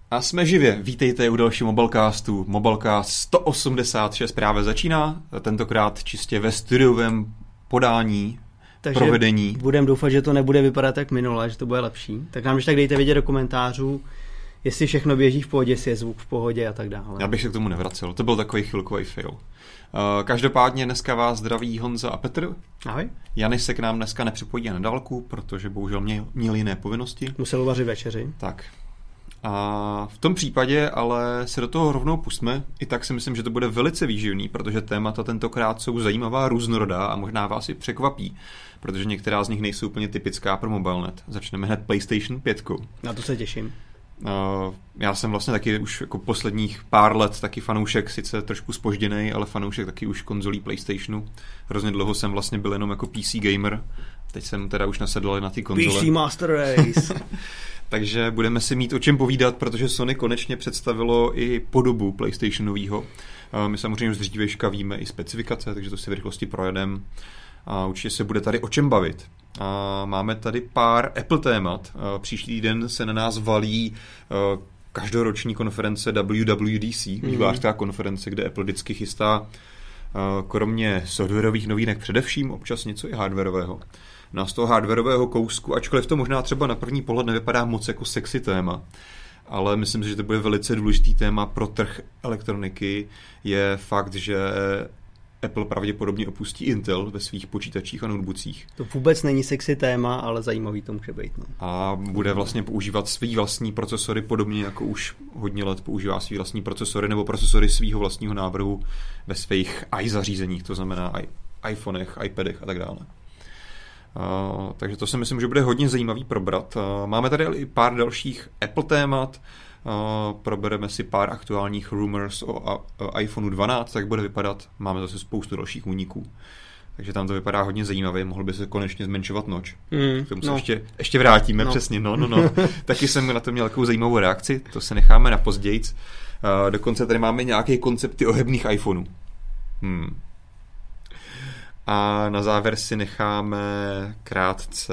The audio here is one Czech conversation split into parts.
A jsme živě, vítejte u dalšího Mobilecastu. Mobilecast 186 právě začíná, tentokrát čistě ve studiovém podání, takže provedení. Budeme doufat, že to nebude vypadat tak minule, že to bude lepší. Tak nám tak dejte vědět do komentářů, jestli všechno běží v pohodě, jestli je zvuk v pohodě a tak dále. Já bych se k tomu nevracel, to byl takový chvilkový fail. Každopádně dneska vás zdraví Honza a Petr. Ahoj. Janis se k nám dneska nepřipojí na dálku, protože bohužel měl jiné povinnosti. Musel uvařit večeři. Tak. A v tom případě ale se do toho rovnou pustme. I tak si myslím, že to bude velice výživný, protože témata tentokrát jsou zajímavá, různorodá a možná vás i překvapí, protože některá z nich nejsou úplně typická pro MobileNet. Začneme hned PlayStation 5. Na to se těším. Já jsem vlastně taky už jako posledních pár let taky fanoušek, sice trošku zpožděnej, ale fanoušek taky už konzolí PlayStationu. Hrozně dlouho jsem vlastně byl jenom jako PC gamer. Teď jsem teda už nasedl na ty konzole. PC Master Race. Takže budeme si mít o čem povídat, protože Sony konečně představilo i podobu PlayStationovýho. My samozřejmě z dřívějška víme i specifikace, takže to si v rychlosti projedeme. A určitě se bude tady o čem bavit. A máme tady pár Apple témat. Příští týden se na nás valí každoroční konference WWDC, vývojářská konference, kde Apple vždycky chystá kromě softwarových novinek především občas něco i hardwarového. No z toho hardwarového kousku, ačkoliv to možná třeba na první pohled nevypadá moc jako sexy téma, ale myslím si, že to bude velice důležitý téma pro trh elektroniky, je fakt, že Apple pravděpodobně opustí Intel ve svých počítačích a notebookích. To vůbec není sexy téma, ale zajímavý to může být. No. A bude vlastně používat svý vlastní procesory, podobně jako už hodně let používá svý vlastní procesory nebo procesory svýho vlastního návrhu ve svých zařízeních, to znamená iPhonech, iPadech a tak dále. Takže to si myslím, že bude hodně zajímavý probrat. Máme tady i pár dalších Apple témat, probereme si pár aktuálních rumors o iPhoneu 12, tak bude vypadat. Máme zase spoustu dalších úniků. Takže tam to vypadá hodně zajímavě, mohl by se konečně zmenšovat noč. K tomu se ještě vrátíme, přesně. Taky jsem na to měl takovou zajímavou reakci, to se necháme na pozdějc. Dokonce tady máme nějaké koncepty ohebných iPhoneů. A na závěr si necháme krátce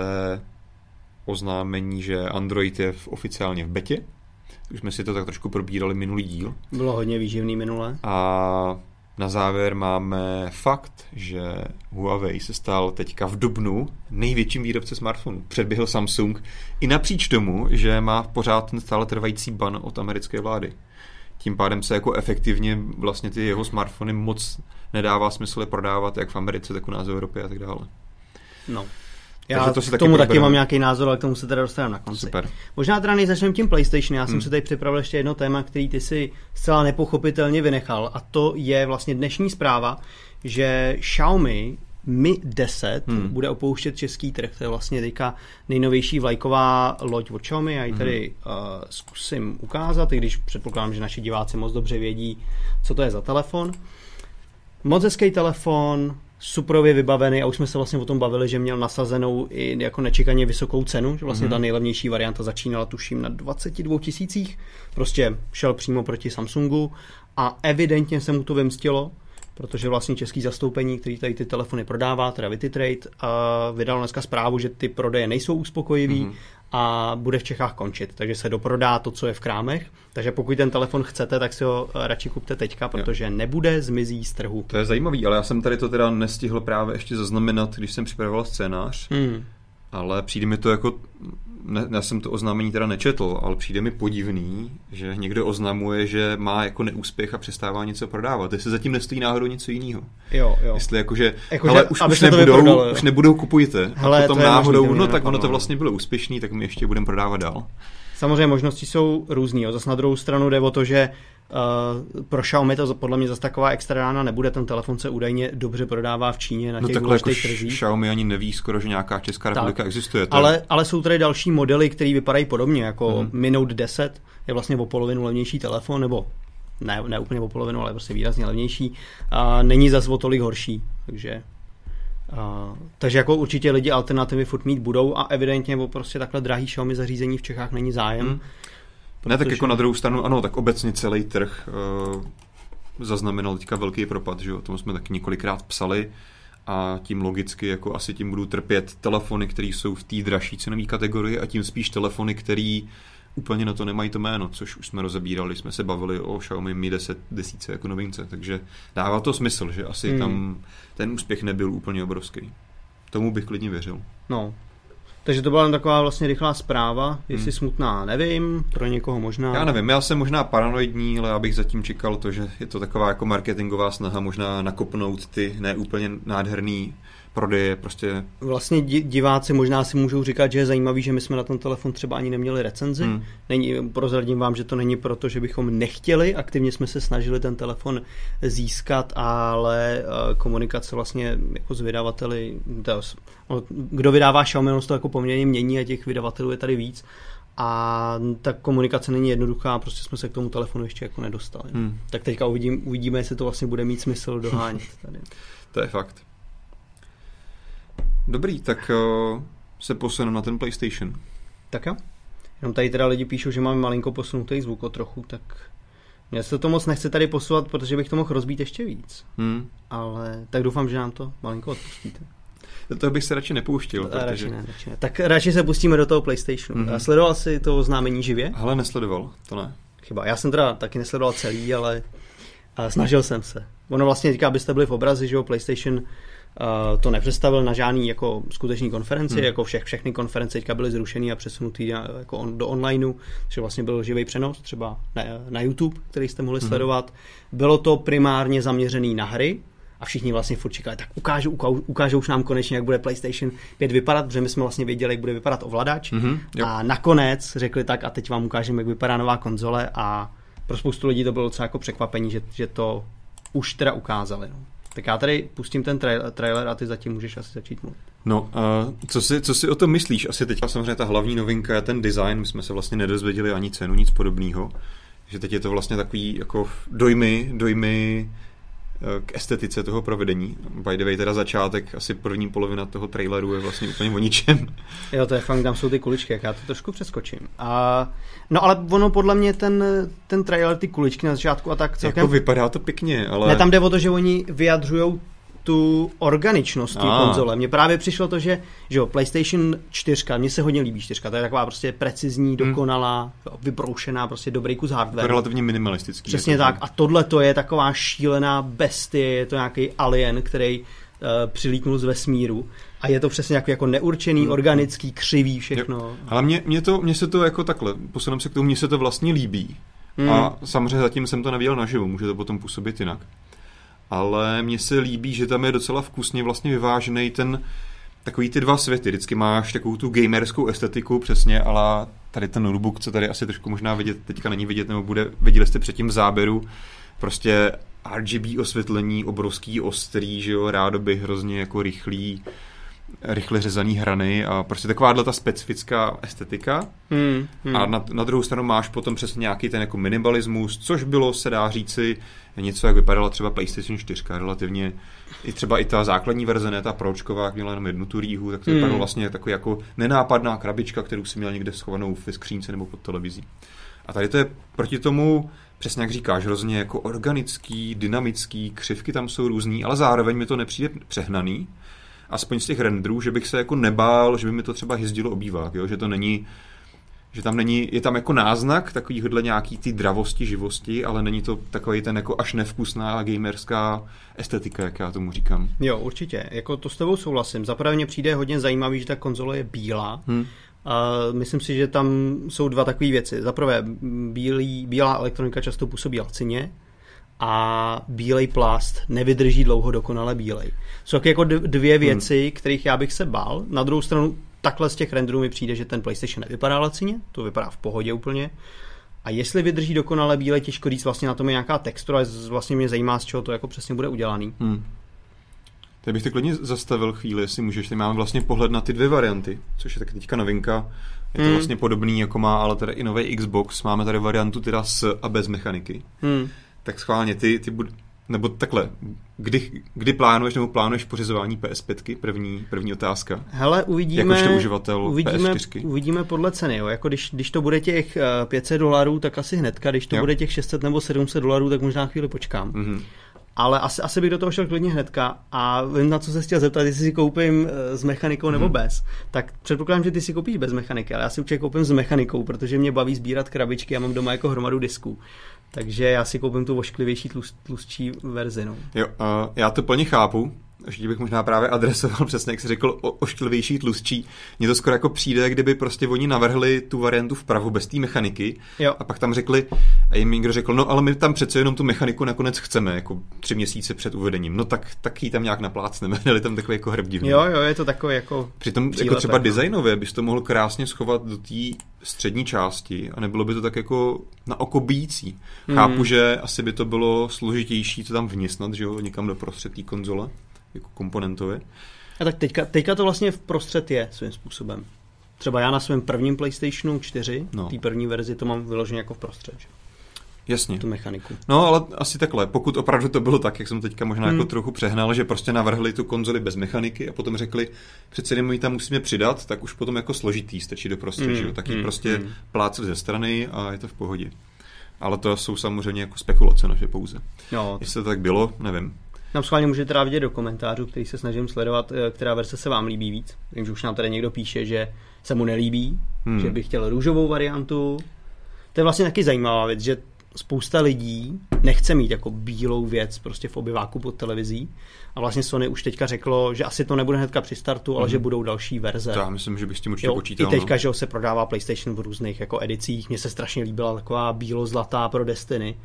oznámení, že Android je oficiálně v betě. Už jsme si to tak trošku probírali minulý díl. Bylo hodně výživný minule. A na závěr máme fakt, že Huawei se stal teďka v dubnu největším výrobce smartphonů. Předběhl Samsung i napříč tomu, že má pořád ten stále trvající ban od americké vlády. Tím pádem se jako efektivně vlastně ty jeho smartfony moc nedává smysl je prodávat jak v Americe, tak u nás v Evropě a tak dále. No. Já k tomu taky mám nějaký názor, ale k tomu se teda dostaneme na konci. Super. Možná teda než začneme tím PlayStation, já jsem si tady připravil ještě jedno téma, který ty si zcela nepochopitelně vynechal, a to je vlastně dnešní zpráva, že Xiaomi Mi 10 bude opouštět český trh. To je vlastně teďka nejnovější vlajková loď od Xiaomi. Já ji tady zkusím ukázat, i když předpokládám, že naši diváci moc dobře vědí, co to je za telefon. Moc hezký telefon, superově vybavený, a už jsme se vlastně o tom bavili, že měl nasazenou i jako nečekaně vysokou cenu, že vlastně ta nejlevnější varianta začínala tuším na 22 000, prostě šel přímo proti Samsungu a evidentně se mu to vymstilo, protože vlastně český zastoupení, který tady ty telefony prodává, teda Vititrade, vydal dneska zprávu, že ty prodeje nejsou uspokojivý a bude v Čechách končit, takže se doprodá to, co je v krámech. Takže pokud ten telefon chcete, tak si ho radši kupte teďka, protože nebude, zmizí z trhu. To je zajímavý, ale já jsem tady to teda nestihl právě ještě zaznamenat, když jsem připravoval scénář, ale přijde mi to jako, já jsem to oznámení teda nečetl, ale přijde mi podivný, že někdo oznamuje, že má jako neúspěch a přestává něco prodávat. Jestli zatím nestojí náhodou něco jiného. Jo. Jestli ale už nebudou, kupujte. Hele, a potom náhodou, tak ono to vlastně bylo úspěšný, tak my ještě budeme prodávat dál. Samozřejmě možnosti jsou různý. Zas na druhou stranu jde o to, že pro Xiaomi to podle mě zase taková extra rána nebude. Ten telefon se údajně dobře prodává v Číně na těch důležitých trzích. Xiaomi ani neví skoro, že nějaká Česká republika existuje. Ale jsou tady další modely, které vypadají podobně, jako Mi Note 10 je vlastně o polovinu levnější telefon, nebo ne úplně o polovinu, ale prostě výrazně levnější. A není zase o tolik horší, takže jako určitě lidi alternativy furt mít budou a evidentně o prostě takhle drahý Xiaomi zařízení v Čechách není zájem. Ne, tak jako na druhou stranu, ano, tak obecně celý trh zaznamenal teďka velký propad, že jo, o tom jsme taky několikrát psali a tím logicky jako asi tím budou trpět telefony, které jsou v té dražší cenové kategorii a tím spíš telefony, které úplně na to nemají to jméno, což už jsme rozebírali, jsme se bavili o Xiaomi Mi 10 jako novince, takže dává to smysl, že asi tam ten úspěch nebyl úplně obrovský. Tomu bych klidně věřil. No, takže to byla jen taková vlastně rychlá zpráva, jestli smutná, nevím, pro někoho možná. Já nevím, já jsem možná paranoidní, ale abych zatím čekal to, že je to taková jako marketingová snaha možná nakopnout ty neúplně nádherný prodeje prostě. Vlastně diváci možná si můžou říkat, že je zajímavý, že my jsme na ten telefon třeba ani neměli recenzi. Prozradím vám, že to není proto, že bychom nechtěli, aktivně jsme se snažili ten telefon získat, ale komunikace vlastně jako s vydavateli, kdo vydává Xiaomi, on se to jako poměrně mění a těch vydavatelů je tady víc. A ta komunikace není jednoduchá, prostě jsme se k tomu telefonu ještě jako nedostali. Tak teďka uvidíme, jestli to vlastně bude mít smysl dohánět tady. To je fakt. Dobrý, tak se posuneme na ten PlayStation. Tak jo. Jenom tady teda lidi píšou, že máme malinko posunutý zvuk o trochu, tak mě se to moc nechce tady posouvat, protože bych to mohl rozbít ještě víc. Ale tak doufám, že nám to malinko odpustíte. Do toho bych se radši nepouštěl. Protože... Radši ne. Tak radši se pustíme do toho PlayStationu. Sledoval jsi to oznámení živě? Hele, nesledoval, to ne. Chyba, já jsem teda taky nesledoval celý, ale snažil jsem se. Ono vlastně říká, abyste byli v obrazi, že jo, PlayStation to nepředstavil na žádný jako skutečný konferenci, jako všechny konference teďka byly zrušený a přesunutý jako do onlineu, že vlastně byl živý přenos, třeba na YouTube, který jste mohli sledovat. Bylo to primárně zaměřený na hry a všichni vlastně furt čekali, tak ukážou už nám konečně, jak bude PlayStation 5 vypadat, protože my jsme vlastně věděli, jak bude vypadat ovladač a nakonec řekli tak a teď vám ukážeme, jak vypadá nová konzole a pro spoustu lidí to bylo docela jako překvapení, že to už teda ukázali. No. Tak já tady pustím ten trailer a ty zatím můžeš asi začít mluvit. No, co si o tom myslíš? Asi teď samozřejmě ta hlavní novinka je ten design, my jsme se vlastně nedozvěděli ani cenu, nic podobného. Že teď je to vlastně takový jako dojmy k estetice toho provedení. By the way, teda začátek, asi první polovina toho traileru je vlastně úplně o ničem. Jo, to je fakt, tam jsou ty kuličky, jak já to trošku přeskočím. No ale ono podle mě ten trailer, ty kuličky na začátku a tak celkem... Jako vypadá to pěkně, ale... Ne, tam jde o to, že oni vyjadřujou tu organičnost té konzole. Mně právě přišlo to, že jo, PlayStation 4, mně se hodně líbí 4, to je taková prostě precizní, dokonalá, vybroušená, prostě dobrý kus hardware. Relativně minimalistický. Přesně jako tak. A tohle to je taková šílená bestie, je to nějaký alien, který přilítnul z vesmíru. A je to přesně jako neurčený, organický, křivý, všechno. Jo. Ale mně se to jako takhle, posuneme se k tomu, mně se to vlastně líbí. A samozřejmě zatím jsem to neviděl naživo, může to potom působit jinak. Ale mně se líbí, že tam je docela vkusně vlastně vyvážený takový ty dva světy. Vždycky máš takovou tu gamerskou estetiku přesně, ale tady ten notebook, co tady asi trošku možná vidět, teďka není vidět, nebo viděli jste předtím v záběru, prostě RGB osvětlení, obrovský, ostrý, že jo, rádoby hrozně jako rychle řezaný hrany a prostě takováhle ta specifická estetika. A na druhou stranu máš potom přesně nějaký ten jako minimalismus, což bylo, se dá říci, něco, jak vypadala třeba PlayStation 4 relativně. I ta základní verze, ne ta pročková, měla jenom jednu tu rýhu, tak to vypadalo vlastně takový jako nenápadná krabička, kterou si měl někde schovanou ve skřínce nebo pod televizí. A tady to je proti tomu, přesně jak říkáš, hrozně jako organický, dynamický, křivky tam jsou různý, ale zároveň mi to nepřijde přehnaný. Aspoň z těch renderů, že bych se jako nebál, že by mi to třeba hyzdilo obývák, jo? Že to není, že tam není, je tam jako náznak takovýhle nějaký ty dravosti, živosti, ale není to takový ten jako až nevkusná gamerská estetika, jak já tomu říkám. Jo, určitě, jako to s tebou souhlasím. Zaprvé mně přijde hodně zajímavý, že ta konzole je bílá. A myslím si, že tam jsou dva takové věci. Zaprvé bílá elektronika často působí lacině, a bílej plast nevydrží dlouho dokonale bílej. Jsou jako dvě věci, kterých já bych se bál. Na druhou stranu takhle z těch renderů mi přijde, že ten PlayStation nevypadá lacině, to vypadá v pohodě úplně. A jestli vydrží dokonale bílej, těžko říct, vlastně na tom je nějaká textura, vlastně mě zajímá, z čeho to jako přesně bude udělaný. Teď bych to klidně zastavil chvíli, jestli můžeš. Teď máme vlastně pohled na ty dvě varianty, což je tak teďka novinka. Je to vlastně podobný, jako má ale teda i nový Xbox. Máme tady variantu teda s a bez mechaniky. Tak schválně ty nebo takhle, kdy plánuješ pořizování PS5? První otázka. Hele, jakožto uživatel PS4. Uvidíme podle ceny, jo. Jako když to bude těch $500, tak asi hnedka, když to bude těch $600 nebo $700, tak možná chvíli počkám. Ale asi bych do toho šel klidně hnedka a vím, na co se chtěl zeptat, jestli si koupím s mechanikou nebo bez. Tak předpokládám, že ty si koupíš bez mechaniky, ale já si určitě koupím s mechanikou, protože mě baví sbírat krabičky a mám doma jako hromadu disků. Takže já si koupím tu ošklivější, tlustší verzi. No. Jo, já to plně chápu. Ještě bych možná právě adresoval přesně, jak jsi řekl, ošklivější, tlustší. Mně to skoro jako přijde, kdyby prostě oni navrhli tu variantu vpravo bez té mechaniky a pak tam řekli, a jim někdo řekl, no ale my tam přece jenom tu mechaniku nakonec chceme, jako 3 měsíce před uvedením. No tak ji tam nějak naplácneme, dali tam takový jako hrb divný. Jo, je to takový jako přitom jako třeba designově bys to mohl krásně schovat do té střední části a nebylo by to tak jako na oko bijící. Chápu, že asi by to bylo složitější to tam vnisnat, že jo, někam do prostřed té konzole. Jako komponentově. A tak teďka to vlastně vprostřed je svým způsobem. Třeba já na svém prvním PlayStationu 4, té první verzi, to mám vyloženě jako vprostřed. Že? Jasně. Tu mechaniku. No, ale asi takhle. Pokud opravdu to bylo tak, jak jsem teďka možná jako trochu přehnal, že prostě navrhli tu konzoli bez mechaniky a potom řekli, přece jenom ji tam musíme přidat, tak už potom jako složitý stačí do prostřed, že jo? Tak ji prostě pláceli ze strany a je to v pohodě. Ale to jsou samozřejmě jako spekulace naše pouze. Jo. Jestli to tak bylo, nevím. Nám schválně můžete teda vidět do komentářů, který se snažím sledovat, která verze se vám líbí víc. Vím, že už nám tady někdo píše, že se mu nelíbí, že by chtěl růžovou variantu. To je vlastně taky zajímavá věc, že spousta lidí nechce mít jako bílou věc prostě v obyváku pod televizí. A vlastně Sony už teďka řeklo, že asi to nebude hnedka při startu, ale že budou další verze. To já myslím, že bych s tím určitě počítal. I teďka, že se prodává PlayStation v různých jako edicích. Mně se strašně líbila taková bílo-zlatá pro Destiny.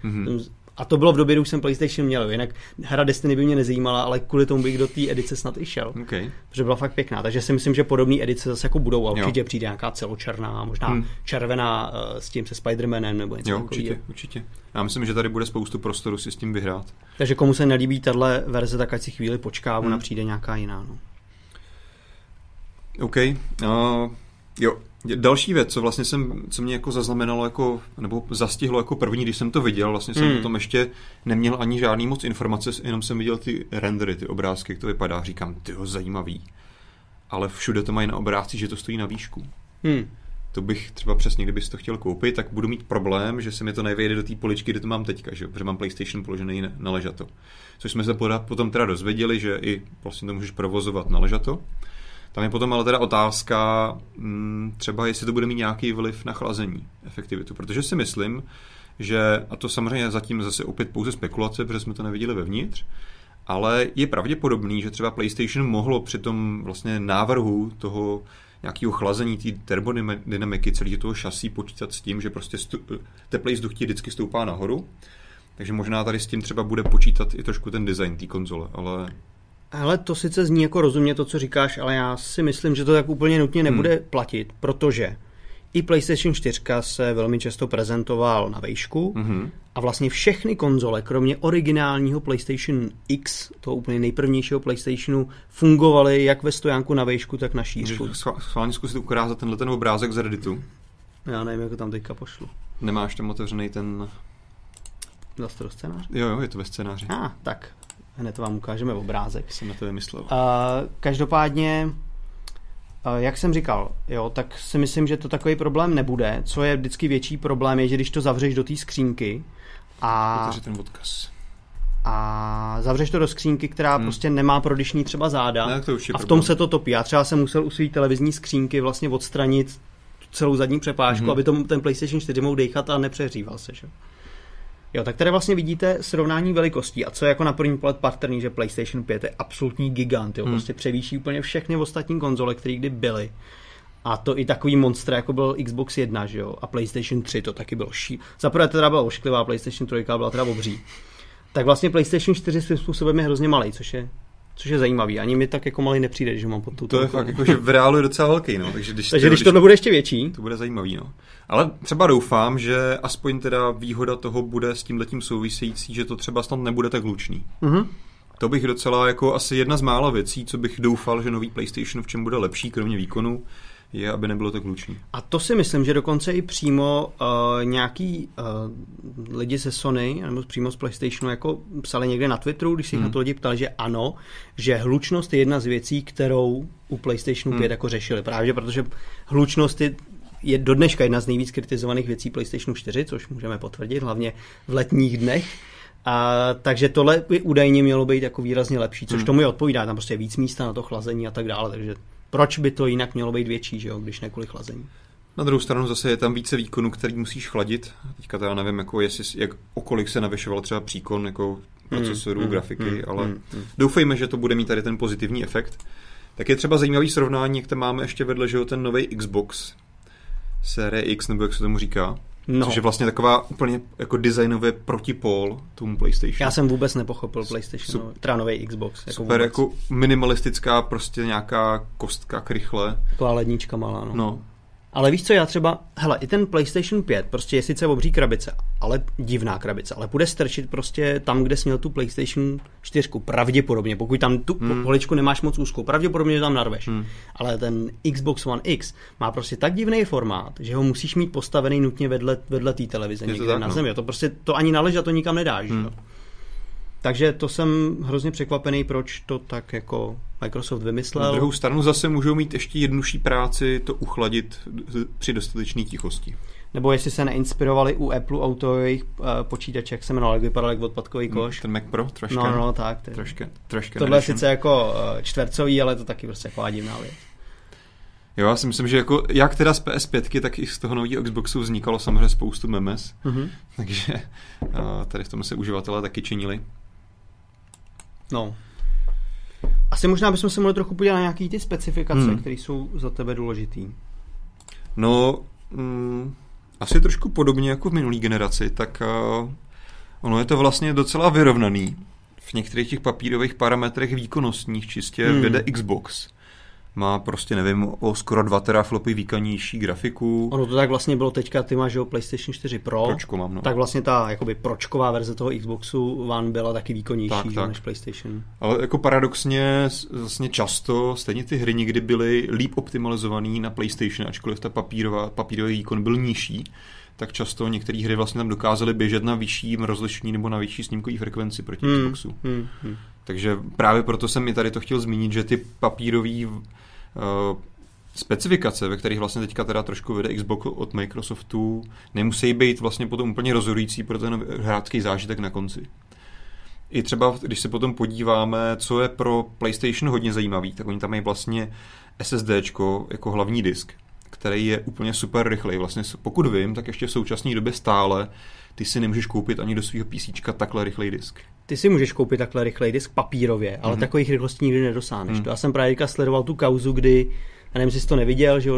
A to bylo v době, kdy už jsem PlayStation měl. Jinak hra Destiny by mě nezajímala, ale kvůli tomu bych do té edice snad i šel. Okay. Protože byla fakt pěkná. Takže si myslím, že podobné edice zase jako budou. A určitě přijde nějaká celočerná, možná červená s tím se Spider-Manem nebo něco takového. Určitě. Já myslím, že tady bude spoustu prostoru si s tím vyhrát. Takže komu se nelíbí tahle verze, tak ať si chvíli počká, ona přijde nějaká jiná. No. OK. Jo. Další věc, co mě jako zaznamenalo jako, nebo zastihlo jako první, když jsem to viděl, vlastně jsem o tom ještě neměl ani žádný moc informace, jenom jsem viděl ty rendery, ty obrázky, jak to vypadá, říkám, tyjo, zajímavý. Ale všude to mají na obrázcích, že to stojí na výšku. To bych třeba přesně, kdybych to chtěl koupit, tak budu mít problém, že se mi to nevejde do té poličky, kde to mám teďka, že? Protože mám PlayStation položený na ležato. Což jsme se potom teda dozvěděli, že i vlastně to můžeš provozovat na ležato. Tam je potom ale teda otázka, třeba jestli to bude mít nějaký vliv na chlazení, efektivitu, protože si myslím, že, a to samozřejmě zatím zase opět pouze spekulace, protože jsme to neviděli vevnitř, ale je pravděpodobný, že třeba PlayStation mohlo při tom vlastně návrhu toho nějakého chlazení té termodynamiky celého toho šasí počítat s tím, že prostě teplý vzduch ti vždycky stoupá nahoru, takže možná tady s tím třeba bude počítat i trošku ten design té konzole, ale... Ale to sice zní jako rozumně to, co říkáš, ale já si myslím, že to tak úplně nutně nebude platit, protože i PlayStation 4 se velmi často prezentoval na vejšku a vlastně všechny konzole, kromě originálního PlayStation X, toho úplně nejprvnějšího PlayStationu, fungovaly jak ve stojánku na vejšku, tak na šířku. Schválně zkusit ukázat ten obrázek z Redditu. Já nevím, jak to tam teďka pošlu. Nemáš tam otevřený ten... Zase to do scénáře? Jo, je to ve scénáři. Tak. Hned vám ukážeme obrázek. Jsem na to vymyslel. Každopádně, jak jsem říkal, jo, tak si myslím, že to takový problém nebude. Co je vždycky větší problém, je, že když to zavřeš do té skřínky a ten odkaz. A zavřeš to do skřínky, která prostě nemá prodyšný třeba záda, ne, to a v tom se to topí. Já třeba jsem musel u své televizní skřínky vlastně odstranit celou zadní přepážku, aby ten PlayStation 4 mohl dejchat a nepřehříval se. Že? Jo, tak tady vlastně vidíte srovnání velikostí a co je jako na první pohled patrný, že PlayStation 5 je absolutní gigant, jo, prostě převýší úplně všechny ostatní konzole, které kdy byly. A to i takový monster, jako byl Xbox 1, že jo, a PlayStation 3 to taky bylo Zaprvé teda byla ošklivá, PlayStation 3 byla teda obří. Tak vlastně PlayStation 4 svým způsobem je hrozně malý, což je zajímavý. Ani mi tak jako malý nepřijde, když ho mám pod tu. To je fakt jako, že v reálu je docela velký, no. Takže když tohle bude ještě větší, to bude zajímavý, no. Ale třeba doufám, že aspoň teda výhoda toho bude s tímhletím související, že to třeba snad nebude tak hlučný. To bych docela jako asi jedna z mála věcí, co bych doufal, že nový PlayStation v čem bude lepší, kromě výkonu, je, aby nebylo tak hlučný. A to si myslím, že dokonce i přímo nějaký lidi ze Sony, nebo přímo z PlayStationu, jako psali někde na Twitteru, když se jich na to lidi ptali, že ano, že hlučnost je jedna z věcí, kterou u PlayStationu 5 jako řešili. Právě protože hlučnost je do dneška jedna z nejvíc kritizovaných věcí PlayStationu 4, což můžeme potvrdit, hlavně v letních dnech. Takže tohle by údajně mělo být jako výrazně lepší, což tomu je odpovídá, tam prostě je víc místa na to chlazení a tak dále, takže proč by to jinak mělo být větší, že jo, když ne kvůli chlazení. Na druhou stranu zase je tam více výkonů, který musíš chladit. Teďka já nevím, jako o kolik se navyšoval třeba příkon jako procesorů, grafiky, ale doufejme, že to bude mít tady ten pozitivní efekt. Tak je třeba zajímavý srovnání, jak tam máme ještě vedle, že jo, ten nový Xbox série X, nebo jak se tomu říká. Což je vlastně taková úplně jako designově protipól tomu PlayStationu. Já jsem vůbec nepochopil PlayStation, teda nový Xbox. Jako super, vůbec. Jako minimalistická prostě nějaká kostka krychle. Taková lednička malá, no. Ale víš co, já třeba, hele, i ten PlayStation 5 prostě je sice obří krabice, ale divná krabice, ale bude strčit prostě tam, kde jsi měl tu PlayStation 4, pravděpodobně, pokud tam tu poličku nemáš moc úzkou, pravděpodobně tam narveš. Ale ten Xbox One X má prostě tak divný formát, že ho musíš mít postavený nutně vedle té televize někde na zemi. To prostě, to ani naležet to nikam nedáš. Takže to jsem hrozně překvapený, proč to tak jako Microsoft vymyslel. Na druhou stranu zase můžou mít ještě jednodušší práci to uchladit při dostatečné tichosti. Nebo jestli se neinspirovali u Apple autových počítače, jak se jmenoval, jak vypadal jak odpadkový koš. Ten Mac Pro troška. No, tak. Troška tohle je sice jako čtvercový, ale to taky prostě jako divná věc. Jo, já si myslím, že jako jak teda z PS5, tak i z toho nového Xboxu vznikalo samozřejmě spoustu memes. Takže tady v tom se uživatelé taky činili. No. Asi možná bychom se mohli trochu podívat na nějaký ty specifikace, které jsou za tebe důležitý. No, asi trošku podobně jako v minulý generaci, tak ono je to vlastně docela vyrovnaný. V některých těch papírových parametrech výkonnostních čistě vede Xbox. Má prostě, nevím, o skoro 2 teraflopy výkonnější grafiku. Ono to tak vlastně bylo teďka, ty máš PlayStation 4 Pro. Pročko mám, no. Tak vlastně ta jakoby pročková verze toho Xboxu One byla taky výkonnější než PlayStation. Ale jako paradoxně vlastně často stejně ty hry někdy byly líp optimalizovaný na PlayStation, ačkoliv ta papírový výkon byl nižší, tak často některé hry vlastně tam dokázaly běžet na vyšším rozlišení nebo na vyšší snímkové frekvenci proti Xboxu. Takže právě proto jsem i tady to chtěl zmínit, že ty papírové specifikace, ve kterých vlastně teďka teda trošku vede Xbox od Microsoftu, nemusí být vlastně potom úplně rozhodující pro ten hráčský zážitek na konci. I třeba, když se potom podíváme, co je pro PlayStation hodně zajímavý, tak oni tam mají vlastně SSDčko jako hlavní disk, který je úplně super rychlej. Vlastně pokud vím, tak ještě v současné době stále ty si nemůžeš koupit ani do svého PCčka takhle rychlej disk. Ty si můžeš koupit takhle rychlej disk papírově, ale takových rychlostí nikdy nedosáhneš. To já jsem právě sledoval tu kauzu, kdy, já nevím, jestli jsi to neviděl, že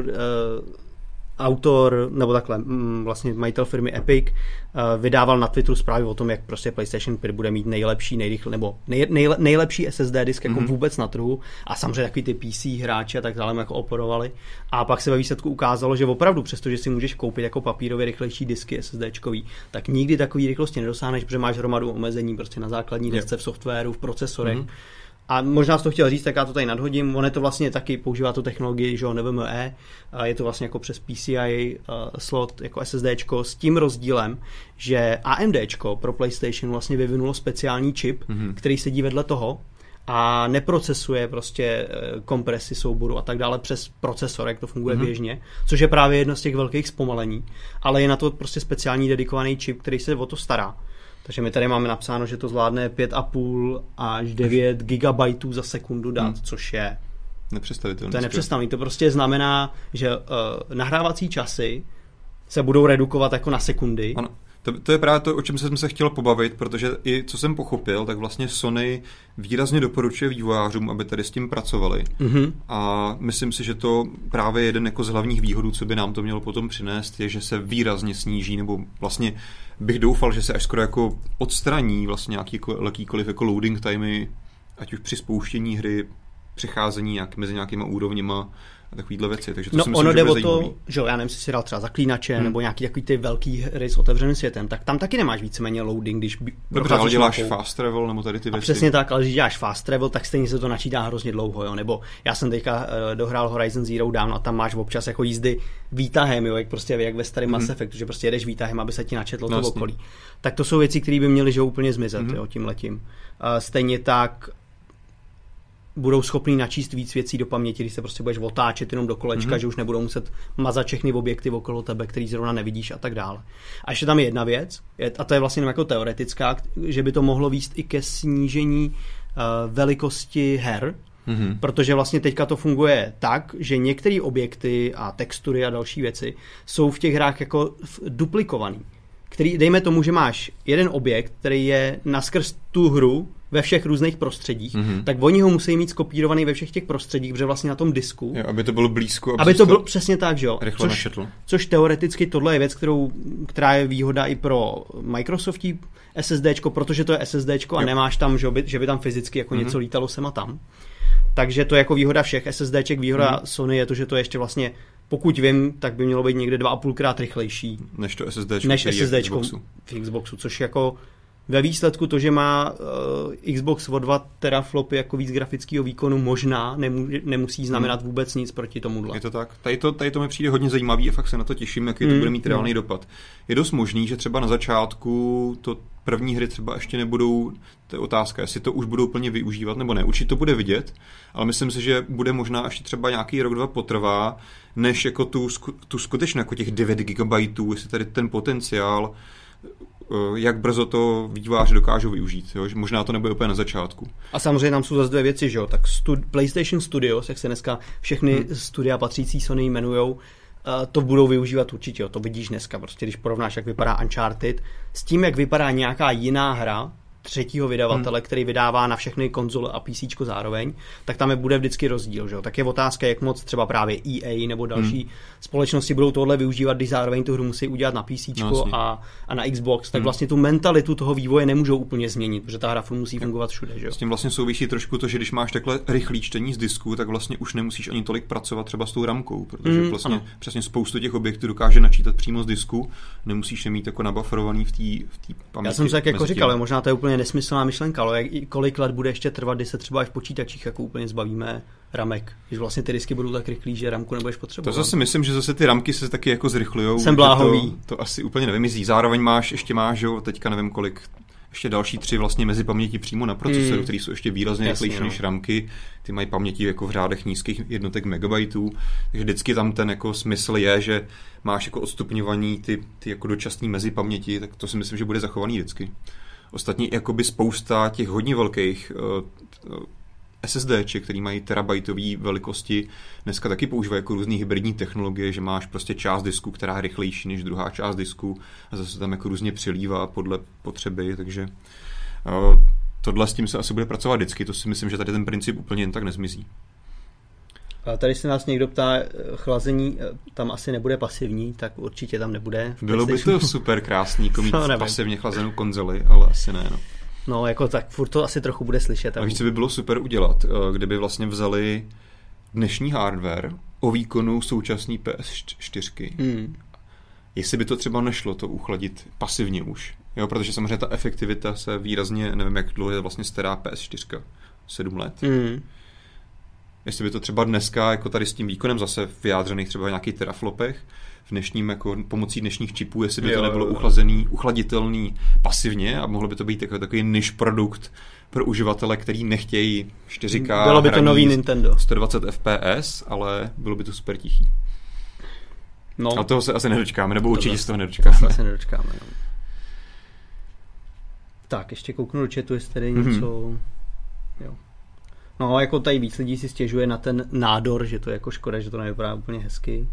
autor, nebo takhle, vlastně majitel firmy Epic vydával na Twitteru zprávy o tom, jak prostě PlayStation 5 bude mít nejlepší, nebo nejlepší SSD disk jako vůbec na trhu a samozřejmě takový ty PC hráči a tak dále jako oporovali. A pak se ve výsledku ukázalo, že opravdu, přestože si můžeš koupit jako papírově rychlejší disky SSDčkový, tak nikdy takový rychlosti nedosáhneš, protože máš hromadu omezení prostě na základní desce, v softwaru, v procesorech. A možná jsi to chtěl říct, tak já to tady nadhodím. On je to vlastně taky, používá tu technologii, že NVMe, je to vlastně jako přes PCIe slot, jako SSDčko, s tím rozdílem, že AMDčko pro PlayStation vlastně vyvinulo speciální čip, který sedí vedle toho a neprocesuje prostě kompresi souboru a tak dále přes procesor, jak to funguje běžně, což je právě jedno z těch velkých zpomalení, ale je na to prostě speciální dedikovaný čip, který se o to stará. Takže my tady máme napsáno, že to zvládne 5,5 až 9 gigabajtů za sekundu dát, což je nepředstavitelné. To je nepředstavitelné. To prostě znamená, že nahrávací časy se budou redukovat jako na sekundy. Ano. To je právě to, o čem jsem se chtěl pobavit, protože i co jsem pochopil, tak vlastně Sony výrazně doporučuje vývojářům, aby tady s tím pracovali. A myslím si, že to právě jeden jako z hlavních výhodů, co by nám to mělo potom přinést, je, že se výrazně sníží, nebo vlastně bych doufal, že se až skoro jako odstraní vlastně jakýkoliv jako loading timey, ať už při spouštění hry, přecházení mezi nějakýma úrovněma a takovýhle věci. Takže to si myslím, ono jde o zajímavý. to, že já nevím, jestli si dal třeba Zaklínače nebo nějaký takový ty velký hry s otevřeným světem, tak tam taky nemáš víceméně loading, když dobře, ale děláš fast travel nebo tady ty věci. Přesně tak, ale když děláš fast travel, tak stejně se to načítá hrozně dlouho, jo. Nebo já jsem teďka dohrál Horizon Zero Dawn a tam máš občas jako jízdy výtahem, jo, jak ve starém Mass Effectu, že prostě jedeš výtahem, aby se ti načetlo to okolí. Tak to jsou věci, které by měly že úplně zmizet, jo, tím letím. Stejně tak budou schopní načíst víc věcí do paměti, když se prostě budeš otáčet jenom do kolečka, že už nebudou muset mazat všechny objekty okolo tebe, který zrovna nevidíš a tak dále. A ještě tam je jedna věc, a to je vlastně jako teoretická, že by to mohlo vést i ke snížení velikosti her, protože vlastně teďka to funguje tak, že některé objekty a textury a další věci jsou v těch hrách jako duplikovaný. Který, dejme tomu, že máš jeden objekt, který je naskrz tu hru ve všech různých prostředích, tak oni ho musí mít skopírovaný ve všech těch prostředích, protože vlastně na tom disku. Jo, aby to bylo blízko. Aby to bylo přesně tak, že jo. Což teoreticky tohle je věc, která je výhoda i pro Microsoftí SSDčko, protože to je SSDčko a nemáš tam, že by tam fyzicky jako něco lítalo sem a tam. Takže to je jako výhoda všech SSDček, výhoda Sony je to, že to je ještě vlastně, pokud vím, tak by mělo být někde 2,5krát rychlejší než to SSDčko v Xboxu, což jako ve výsledku to, že má Xbox o 2 teraflopy jako víc grafického výkonu, možná nemusí znamenat vůbec nic proti tomuhle. Je to tak. Tady to mi přijde hodně zajímavý a fakt se na to těším, jaký to bude mít reálný dopad. Je dost možný, že třeba na začátku to první hry třeba ještě nebudou, to je otázka, jestli to už budou plně využívat nebo ne. Určitě to bude vidět, ale myslím si, že bude možná ještě třeba nějaký rok, 2 potrvá, než jako tu skutečně jako těch 9 GB, jestli tady ten potenciál, jak brzo to vývojáři dokážou využít. Jo? Možná to nebude úplně na začátku. A samozřejmě tam jsou zase dvě věci, že jo? Tak PlayStation Studios, jak se dneska všechny studia patřící Sony jmenujou, to budou využívat určitě. Jo? To vidíš dneska, prostě když porovnáš, jak vypadá Uncharted, s tím, jak vypadá nějaká jiná hra třetího vydavatele, který vydává na všechny konzole a PC zároveň, tak tam bude vždycky rozdíl. Že? Tak je otázka, jak moc třeba právě EA nebo další společnosti budou tohle využívat, když zároveň tu hru musí udělat na PC a na Xbox, tak vlastně tu mentalitu toho vývoje nemůžou úplně změnit, protože ta hra musí fungovat všude. Že? S tím vlastně souvisí trošku to, že když máš takhle rychlý čtení z disku, tak vlastně už nemusíš ani tolik pracovat třeba s tou ramkou, protože vlastně přesně spoustu těch objektů dokáže načítat přímo z disku, nemusíš je mít jako nabufferovaný v té paměti. Já jsem se jako říkal, možná to je úplně nesmyslná myšlenka, ale kolik let bude ještě trvat, kdy se třeba i v počítačích jako úplně zbavíme ramek, když vlastně ty disky budou tak rychlý, že ramku nebudeš potřebovat. To zase myslím, že zase ty ramky se taky jako zrychlujou. Jsem bláhový. To asi úplně nevymizí. Zároveň ještě máš, jo, teďka nevím kolik, ještě další 3 vlastně mezi paměti přímo na procesoru, který jsou ještě výrazně rychlejší než ramky. Ty mají paměti jako v řádech nízkých jednotek megabajtů, takže vždycky tam ten jako smysl je, že máš jako odstupňovaný ty jako dočasné mezi paměti, tak to si myslím, že bude zachovaný vždycky. Ostatně jakoby spousta těch hodně velkých SSDček, který mají terabajtové velikosti, dneska taky používají jako různý hybridní technologie, že máš prostě část disku, která je rychlejší než druhá část disku a zase tam jako různě přilívá podle potřeby, takže tohle s tím se asi bude pracovat vždycky, to si myslím, že tady ten princip úplně jen tak nezmizí. A tady se nás někdo ptá, chlazení tam asi nebude pasivní, tak určitě tam nebude. Bylo by to super krásný, mít pasivně chlazenou konzoli, ale asi ne. No jako tak furt to asi trochu bude slyšet. A víš, co by bylo super udělat, kdyby vlastně vzali dnešní hardware o výkonu současný PS4. Jestli by to třeba nešlo to uchladit pasivně už. Jo, protože samozřejmě ta efektivita se výrazně, nevím jak dlouho je vlastně stará PS4, 7 let. Jestli by to třeba dneska jako tady s tím výkonem zase vyjádřených třeba v nějakých teraflopech, v dnešním, jako pomocí dnešních čipů, jestli by to nebylo uchladitelný pasivně a mohlo by to být jako takový niž produkt pro uživatele, který nechtějí 4K bylo by to nový Nintendo 120 FPS, ale bylo by to super tichý. No. A toho se asi nedočkáme, nebo určitě z toho nedočkáme. To asi nedočkáme, no. Tak, ještě kouknu do chatu, jestli tady něco... Jo. No, jako tady víc lidí si stěžuje na ten nádor, že to je jako škoda, že to nevypadá úplně hezky.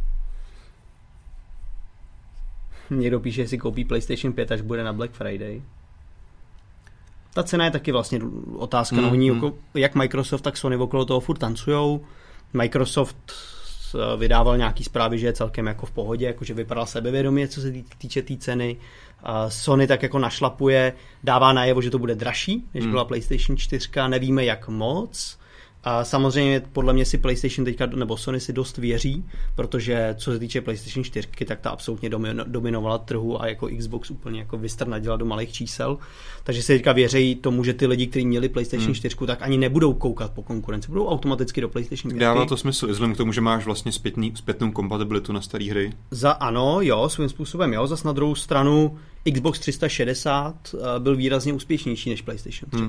Někdo píše, že si koupí PlayStation 5, až bude na Black Friday. Ta cena je taky vlastně otázka. Jak Microsoft, tak Sony okolo toho furt tancujou. Microsoft vydával nějaký zprávy, že je celkem jako v pohodě, jakože vypadal sebevědomě, co se týče té ceny. Sony tak jako našlapuje, dává najevo, že to bude dražší, než byla PlayStation 4, nevíme jak moc. A samozřejmě podle mě si PlayStation teďka, nebo Sony si dost věří, protože co se týče PlayStation 4, tak ta absolutně dominovala trhu a jako Xbox úplně jako vystrnadila do malých čísel. Takže si teďka věří tomu, že ty lidi, kteří měli PlayStation 4, tak ani nebudou koukat po konkurenci, budou automaticky do PlayStation 5. Dává to smysl, vzhledem k tomu, že máš vlastně zpětnou kompatibilitu na staré hry. Ano, jo, svým způsobem, jo. Zas na druhou stranu Xbox 360 byl výrazně úspěšnější než PlayStation 3.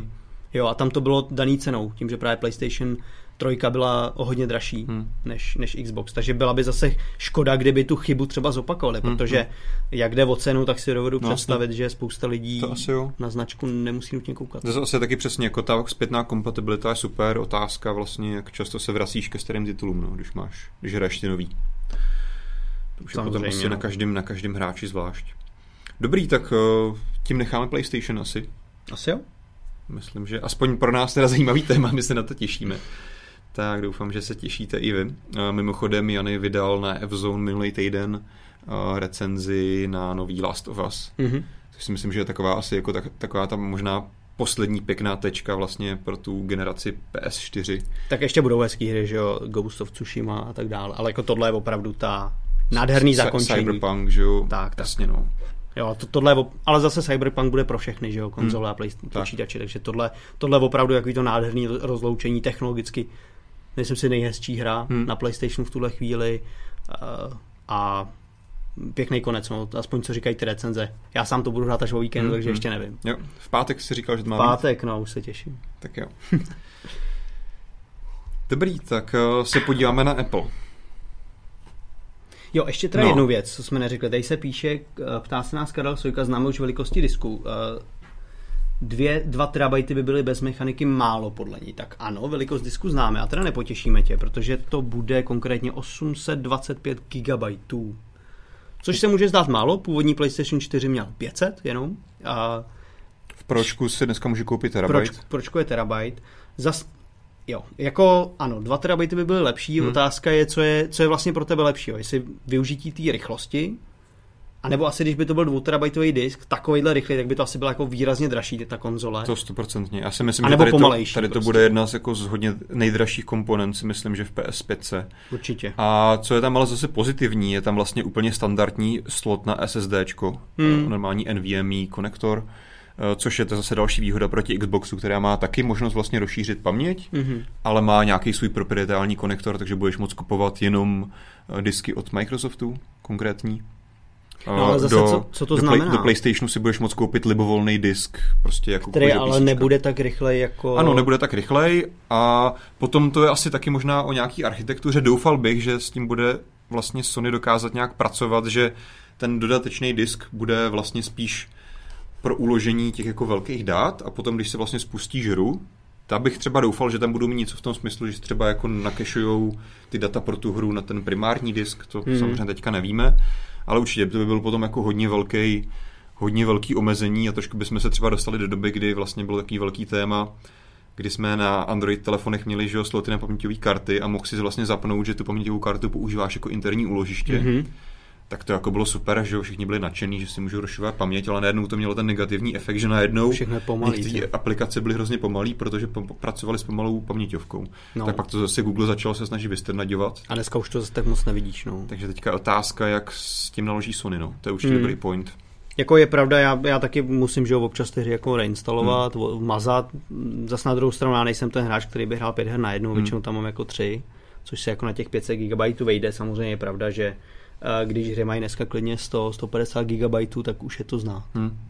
Jo, a tam to bylo daný cenou, tím, že právě PlayStation 3 byla o hodně dražší než Xbox, takže byla by zase škoda, kdyby tu chybu třeba zopakovali, protože jak jde o cenu, tak si dovedu představit, že spousta lidí na značku nemusí nutně koukat. To zase taky přesně, jako ta zpětná kompatibilita je super, otázka vlastně, jak často se vracíš ke starým titulům, no, když hraješ ty nový. To už je potom asi na každém hráči zvlášť. Dobrý, tak tím necháme PlayStation asi. Asi jo. Myslím, že aspoň pro nás teda zajímavý téma, my se na to těšíme. Tak doufám, že se těšíte i vy. Mimochodem Jany vydal na F-Zone minulý týden recenzi na nový Last of Us. Což si myslím, že je taková asi jako taková ta možná poslední pěkná tečka vlastně pro tu generaci PS4. Tak ještě budou hezký hry, že jo, Ghost of Tsushima a tak dále, ale jako tohle je opravdu ta nádherný zakončení. Cyberpunk, že jo. Tak. Jasně, no. Jo, tohle je, ale zase Cyberpunk bude pro všechny, že jo, konzole a počítače, takže tohle je opravdu jaký to nádherný rozloučení technologicky. Myslím si nejhezčí hra na PlayStationu v tuhle chvíli a pěkný konec, no, aspoň co říkají ty recenze. Já sám to budu hrát až o víkendu, takže ještě nevím. Jo, v pátek si říkal, že to má v pátek, no, už se těším. Tak jo. Dobrý, tak se podíváme na Apple. Jo, ještě teda jednu věc, co jsme neřekli. Tady se píše, ptá se nás Karel Sojka, známe už velikosti disku. 2 terabajty by byly bez mechaniky málo podle ní. Tak ano, velikost disku známe a teda nepotěšíme tě, protože to bude konkrétně 825 GB. Což se může zdát málo, původní PlayStation 4 měl 500 jenom. V Pročku si dneska může koupit terabajt. Pročku je terabajt. Jo, jako ano, 2 terabajty by byly lepší, otázka je, co je vlastně pro tebe lepší, jestli využití té rychlosti, anebo asi, když by to byl 2 terabajtový disk, takovejhle rychlý, tak by to asi bylo jako výrazně dražší ta konzole. To 100%. Já si myslím, že tady to bude jedna z hodně nejdražších komponent, si myslím, že v PS5. Určitě. A co je tam ale zase pozitivní, je tam vlastně úplně standardní slot na SSDčko, normální NVMe konektor, což je to zase další výhoda proti Xboxu, která má taky možnost vlastně rozšířit paměť, ale má nějaký svůj proprietární konektor, takže budeš moct kupovat jenom disky od Microsoftu konkrétní. No, ale zase co to znamená? Do PlayStationu si budeš moct koupit libovolný disk, prostě jako který ale nebude tak rychlej jako... Ano, nebude tak rychlej a potom to je asi taky možná o nějaký architektuře. Doufal bych, že s tím bude vlastně Sony dokázat nějak pracovat, že ten dodatečný disk bude vlastně spíš pro uložení těch jako velkých dat a potom, když se vlastně spustí hru, tak bych třeba doufal, že tam budou mít něco v tom smyslu, že třeba jako nakešujou ty data pro tu hru na ten primární disk, to samozřejmě teďka nevíme, ale určitě to by byl potom jako hodně velký omezení a trošku bychom se třeba dostali do doby, kdy vlastně bylo takový velký téma, kdy jsme na Android telefonech měli, že sloty na paměťové karty a mohl si vlastně zapnout, že tu paměťovou kartu používáš jako interní úložiště. Tak to jako bylo super, že všichni byli nadšení, že si můžou rozšiřovat paměť, ale najednou to mělo ten negativní efekt, že najednou některé aplikace byly hrozně pomalý, protože pracovali s pomalou paměťovkou. No. Tak pak to zase Google začal se snažit vystrnaďovat. A dneska už to zase tak moc nevidíš. No. Takže teďka otázka, jak s tím naloží Sony. No. To je určitě dobrý point. Jako je pravda, já taky musím, že občas ty hry jako reinstalovat, mazat. Zase na druhou stranu já nejsem ten hráč, který by hrál 5 her najednou, většinou tam mám jako 3, což se jako na těch 500 GB vejde. Samozřejmě je pravda, že když hry mají dneska klidně 100-150 GB, tak už je to znát.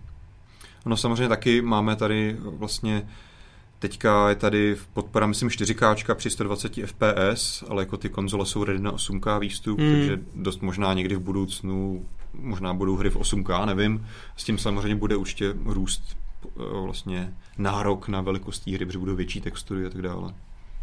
No samozřejmě taky máme tady vlastně teďka je tady podpora, myslím 4K při 120 FPS, ale jako ty konzole jsou ready na 8K výstup, takže dost možná někdy v budoucnu možná budou hry v 8K, nevím. S tím samozřejmě bude určitě růst vlastně nárok na velikost hry, protože budou větší textury a tak dále.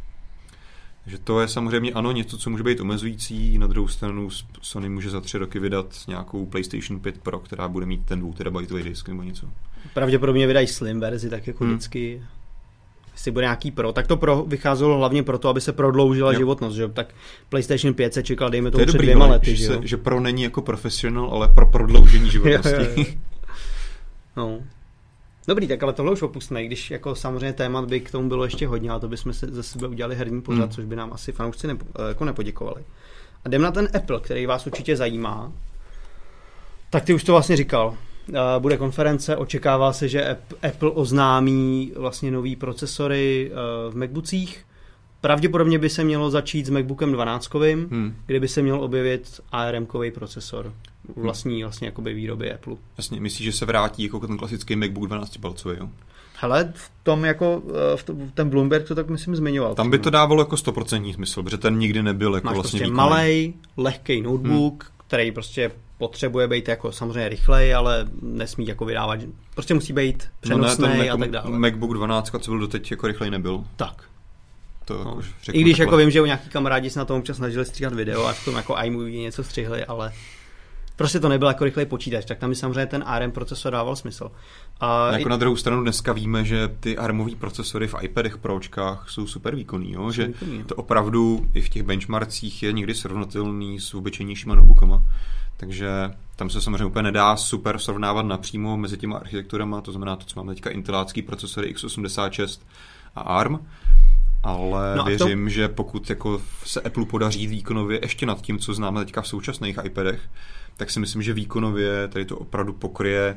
Takže to je samozřejmě ano něco, co může být omezující, na druhou stranu Sony může za 3 roky vydat nějakou PlayStation 5 Pro, která bude mít ten 2 terabajtový disk nebo něco. Pravděpodobně vydají slim verzi, tak jako vždycky. Jestli bude nějaký Pro, tak to Pro vycházelo hlavně proto, aby se prodloužila životnost, že? Tak PlayStation 5 se čekal, dejme tomu před 2 lety, že Pro není jako professional, ale pro prodloužení životnosti. No. Dobrý, tak ale tohle už opustíme, když jako samozřejmě témat by k tomu bylo ještě hodně, ale to bychom se ze sebe udělali herní pořad, což by nám asi fanoušci jako nepoděkovali. A jdem na ten Apple, který vás určitě zajímá. Tak ty už to vlastně říkal. Bude konference, očekává se, že Apple oznámí vlastně nový procesory v MacBookích pravděpodobně by se mělo začít s MacBookem 12, kdy by se měl objevit ARM-kový procesor vlastní jakoby výroby Apple. Jasně, myslíš, že se vrátí jako ten klasický MacBook 12-palcový, jo? Hele, v tom jako, ten Bloomberg to tak myslím zmiňoval. Tam by to dávalo jako 100% smysl, protože ten nikdy nebyl jako máš vlastně prostě výkonný. malej, lehkej notebook, který prostě potřebuje být jako samozřejmě rychlej, ale nesmí jako vydávat, prostě musí být přenosnej a tak dále. MacBook 12, co byl doteď, jako rychlej nebyl. Tak. To jako I když jako vím, že nějaký kamarádi se na tom občas snažili stříhat video a v tom jako iMovie něco střihli, ale prostě to nebyl jako rychlej počítač, tak tam by samozřejmě ten ARM procesor dával smysl. Jako na druhou stranu dneska víme, že ty ARMový procesory v iPadech Pročkách jsou super výkonný, jo? Že to opravdu i v těch benchmarkcích je někdy srovnatelný s obyčejnějšíma notebookama. Takže tam se samozřejmě úplně nedá super srovnávat napřímo mezi těma architekturama, to znamená to, co máme teďka intelácký procesory x86 a ARM, ale věřím, že pokud jako se Apple podaří výkonově ještě nad tím, co známe teďka v současných iPadech, tak si myslím, že výkonově tady to opravdu pokryje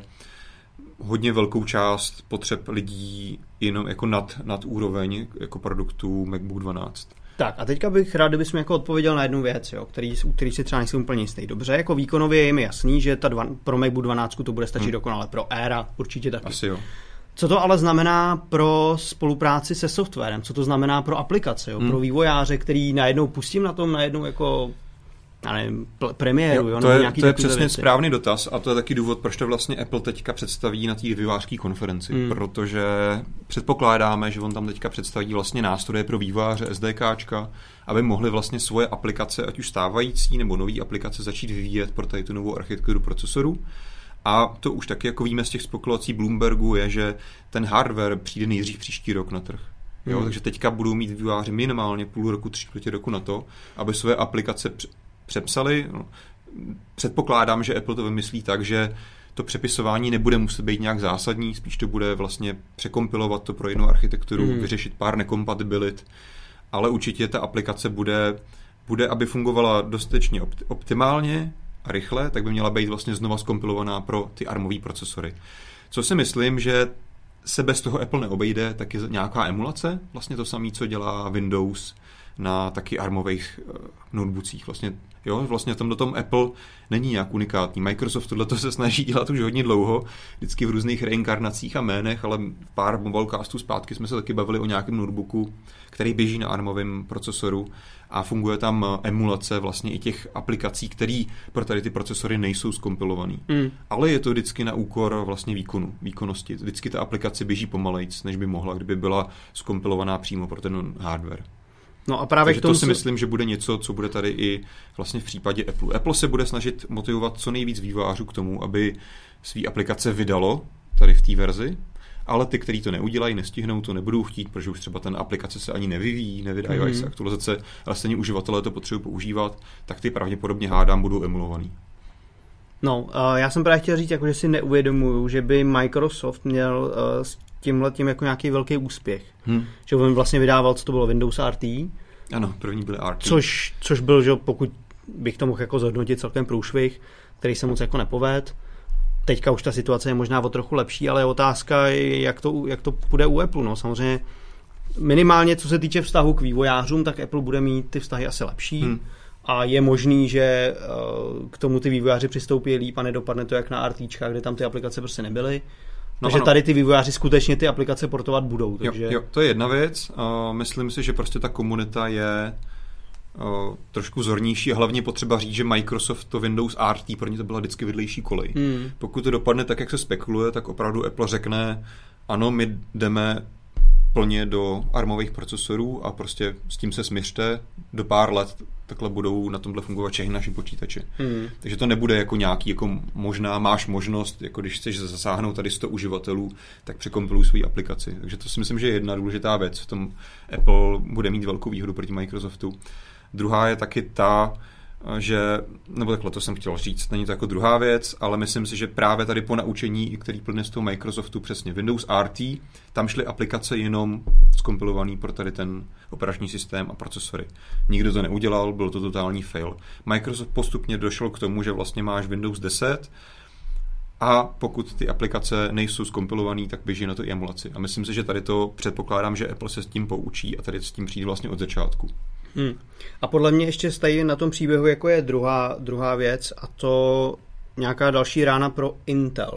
hodně velkou část potřeb lidí jenom jako nad úroveň jako produktů MacBook 12. Tak a teďka bych rád, kdybys mi jako odpověděl na jednu věc, jo, který si třeba nejsem úplně jistý. Dobře, jako výkonově je mi jasný, že pro MacBook 12 to bude stačit dokonale, pro Aira určitě taky. Asi jo. Co to ale znamená pro spolupráci se softwarem? Co to znamená pro aplikace, jo? Pro vývojáře, který najednou pustím na tom, najednou jako premiéru, jo? To je přesně správný dotaz a to je taky důvod, proč to vlastně Apple teďka představí na té vývojářské konferenci, protože předpokládáme, že on tam teďka představí vlastně nástroje pro vývojáře SDKčka, aby mohli vlastně svoje aplikace, ať už stávající nebo nový aplikace, začít vyvíjet pro tady tu novou architekturu procesorů. A to už taky, jako víme z těch spekulací Bloombergu, je, že ten hardware přijde nejdřív příští rok na trh. Jo, takže teďka budou mít vývojáři minimálně půl roku, 3/4 roku na to, aby své aplikace přepsali. No, předpokládám, že Apple to vymyslí tak, že to přepisování nebude muset být nějak zásadní, spíš to bude vlastně překompilovat to pro jinou architekturu, vyřešit pár nekompatibilit, ale určitě ta aplikace bude aby fungovala dostatečně optimálně a rychle, tak by měla být vlastně znova zkompilovaná pro ty ARMové procesory. Co si myslím, že se bez toho Apple neobejde, tak je nějaká emulace, vlastně to samé, co dělá Windows na taky ARMových notebookích. Vlastně tom Apple není nějak unikátní. Microsoft tohleto se snaží dělat už hodně dlouho, vždycky v různých reinkarnacích a jménech, ale pár mobilecastů zpátky jsme se taky bavili o nějakém notebooku, který běží na ARMovém procesoru a funguje tam emulace vlastně i těch aplikací, které pro tady ty procesory nejsou zkompilovaný. Ale je to vždycky na úkor vlastně výkonnosti. Vždycky ta aplikace běží pomalejc, než by mohla, kdyby byla zkompilovaná přímo pro ten hardware. No a právě takže to si myslím, že bude něco, co bude tady i vlastně v případě Apple. Apple se bude snažit motivovat co nejvíc vývojářů k tomu, aby svý aplikace vydalo tady v té verzi, ale ty, kteří to neudělají, nestihnou, to nebudou chtít, protože už třeba ten aplikace se ani nevyvíjí, nevydají se aktualizace, ale stejně uživatelé to potřebují používat, tak ty pravděpodobně hádám budou emulovaný. No, já jsem právě chtěl říct, jako, že si neuvědomuju, že by Microsoft měl s tímhletím jako nějaký velký úspěch. Že on vlastně vydával, co to bylo, Windows RT. Ano, první byly RT. Což byl, že pokud bych to mohl jako zhodnotit, celkem průšvih, který se moc jako nepovedl. Teďka už ta situace je možná o trochu lepší, ale je otázka, jak to půjde u Apple. No, samozřejmě minimálně, co se týče vztahu k vývojářům, tak Apple bude mít ty vztahy asi lepší. A je možný, že k tomu ty vývojáři přistoupí líp a nedopadne to jak na RTčkách, kde tam ty aplikace prostě nebyly. Takže tady ty vývojáři skutečně ty aplikace portovat budou. Takže... Jo, to je jedna věc. Myslím si, že prostě ta komunita je trošku zornější a hlavně potřeba říct, že Microsoft to Windows RT pro ně to byla vždycky vedlejší kolej. Pokud to dopadne tak, jak se spekuluje, tak opravdu Apple řekne, ano, my jdeme plně do ARMových procesorů a prostě s tím se smiřte, do pár let takhle budou na tomhle fungovat všechny naši počítače. Takže to nebude jako nějaký, jako možná máš možnost, jako když chceš zasáhnout tady 100 uživatelů, tak překompiluj svou aplikaci. Takže to si myslím, že je jedna důležitá věc. V tom Apple bude mít velkou výhodu proti Microsoftu. Druhá je taky ta, že, nebo takhle to jsem chtěl říct, není to jako druhá věc, ale myslím si, že právě tady po naučení, který plně z toho Microsoftu přesně Windows RT, tam šly aplikace jenom zkompilovaný pro tady ten operační systém a procesory. Nikdo to neudělal, byl to totální fail. Microsoft postupně došel k tomu, že vlastně máš Windows 10 a pokud ty aplikace nejsou zkompilované, tak běží na to i emulaci. A myslím si, že tady to předpokládám, že Apple se s tím poučí a tady s tím přijde vlastně od začátku. A podle mě ještě stojí na tom příběhu, jako je druhá věc, a to nějaká další rána pro Intel.